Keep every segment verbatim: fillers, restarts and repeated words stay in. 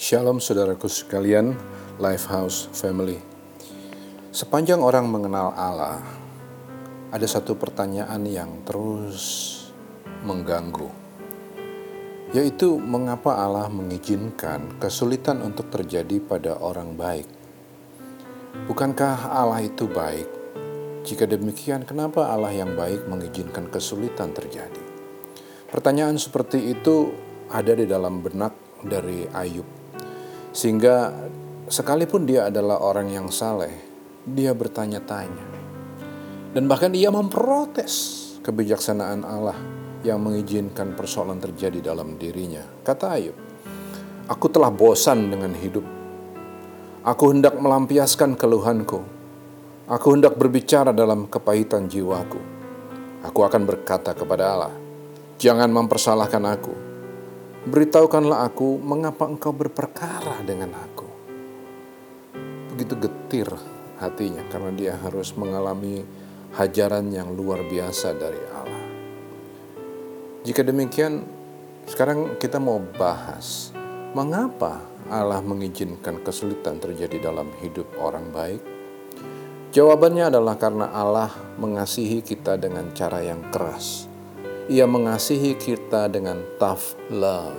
Shalom saudaraku sekalian, Lifehouse Family. Sepanjang orang mengenal Allah, ada satu pertanyaan yang terus mengganggu, yaitu mengapa Allah mengizinkan kesulitan untuk terjadi pada orang baik? Bukankah Allah itu baik? Jika demikian, kenapa Allah yang baik mengizinkan kesulitan terjadi? Pertanyaan seperti itu ada di dalam benak dari Ayub. Sehingga sekalipun dia adalah orang yang saleh, dia bertanya-tanya. Dan bahkan ia memprotes kebijaksanaan Allah yang mengizinkan persoalan terjadi dalam dirinya. Kata Ayub, "Aku telah bosan dengan hidup. Aku hendak melampiaskan keluhanku. Aku hendak berbicara dalam kepahitan jiwaku. Aku akan berkata kepada Allah, jangan mempersalahkan aku. Beritahukanlah aku mengapa engkau berperkara dengan aku." Begitu getir hatinya karena dia harus mengalami hajaran yang luar biasa dari Allah. Jika demikian, sekarang kita mau bahas mengapa Allah mengizinkan kesulitan terjadi dalam hidup orang baik. Jawabannya adalah karena Allah mengasihi kita dengan cara yang keras. Ia mengasihi kita dengan tough love.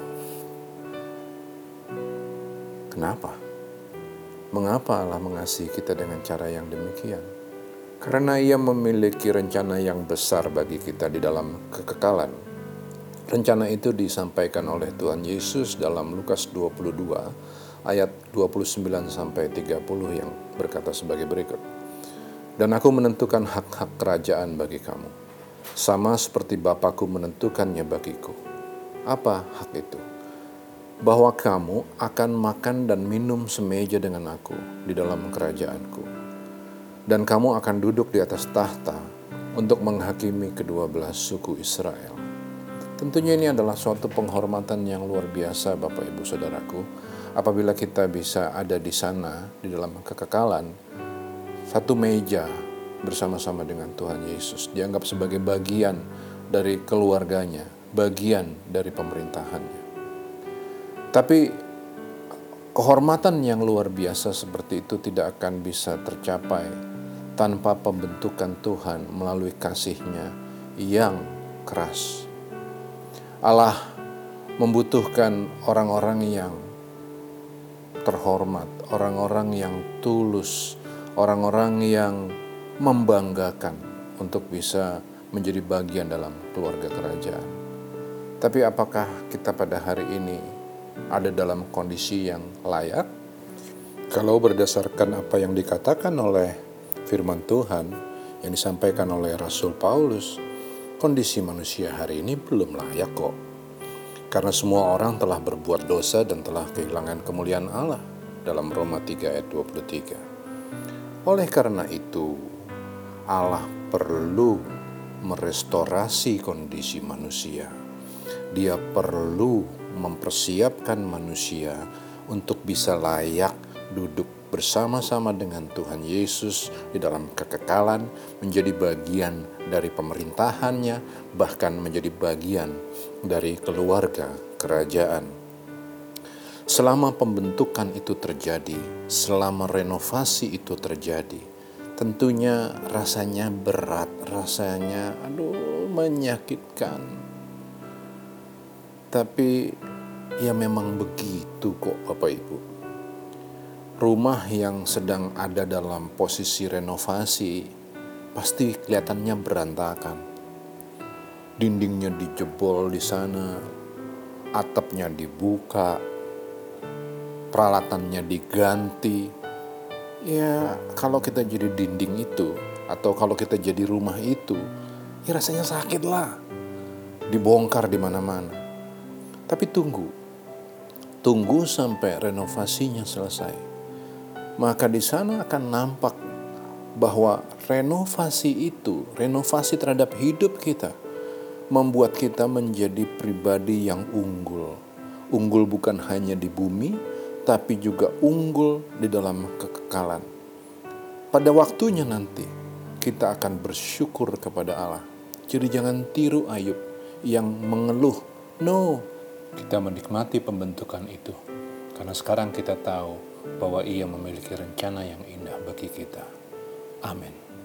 Kenapa? Mengapa Allah mengasihi kita dengan cara yang demikian? Karena Ia memiliki rencana yang besar bagi kita di dalam kekekalan. Rencana itu disampaikan oleh Tuhan Yesus dalam Lukas dua puluh dua ayat dua puluh sembilan sampai tiga puluh yang berkata sebagai berikut. Dan aku menentukan hak-hak kerajaan bagi kamu, sama seperti Bapakku menentukannya bagiku. Apa hak itu? Bahwa kamu akan makan dan minum semeja dengan aku di dalam kerajaanku. Dan kamu akan duduk di atas tahta untuk menghakimi kedua belas suku Israel. Tentunya ini adalah suatu penghormatan yang luar biasa Bapak Ibu Saudaraku. Apabila kita bisa ada di sana, di dalam kekekalan, satu meja bersama-sama dengan Tuhan Yesus, dianggap sebagai bagian dari keluarganya, bagian dari pemerintahannya. Tapi kehormatan yang luar biasa seperti itu tidak akan bisa tercapai tanpa pembentukan Tuhan melalui kasih-Nya yang keras. Allah membutuhkan orang-orang yang terhormat, orang-orang yang tulus, orang-orang yang membanggakan untuk bisa menjadi bagian dalam keluarga kerajaan. Tapi apakah kita pada hari ini ada dalam kondisi yang layak? Kalau berdasarkan apa yang dikatakan oleh firman Tuhan yang disampaikan oleh Rasul Paulus, kondisi manusia hari ini belum layak kok. Karena semua orang telah berbuat dosa dan telah kehilangan kemuliaan Allah dalam Roma tiga ayat dua puluh tiga. Oleh karena itu, Allah perlu merestorasi kondisi manusia. Dia perlu mempersiapkan manusia untuk bisa layak duduk bersama-sama dengan Tuhan Yesus di dalam kekekalan, menjadi bagian dari pemerintahannya, bahkan menjadi bagian dari keluarga kerajaan. Selama pembentukan itu terjadi, selama renovasi itu terjadi, tentunya rasanya berat, rasanya aduh menyakitkan. Tapi ya memang begitu kok Bapak Ibu. Rumah yang sedang ada dalam posisi renovasi pasti kelihatannya berantakan. Dindingnya dijebol di sana, atapnya dibuka, peralatannya diganti. Ya kalau kita jadi dinding itu, atau kalau kita jadi rumah itu, ya rasanya sakit lah. Dibongkar di mana-mana. Tapi tunggu, tunggu sampai renovasinya selesai. Maka di sana akan nampak bahwa renovasi itu, renovasi terhadap hidup kita, membuat kita menjadi pribadi yang unggul. Unggul bukan hanya di bumi, tapi juga unggul di dalam kekekalan. Pada waktunya nanti, kita akan bersyukur kepada Allah. Jadi jangan tiru Ayub yang mengeluh. No, kita menikmati pembentukan itu. Karena sekarang kita tahu bahwa Ia memiliki rencana yang indah bagi kita. Amin.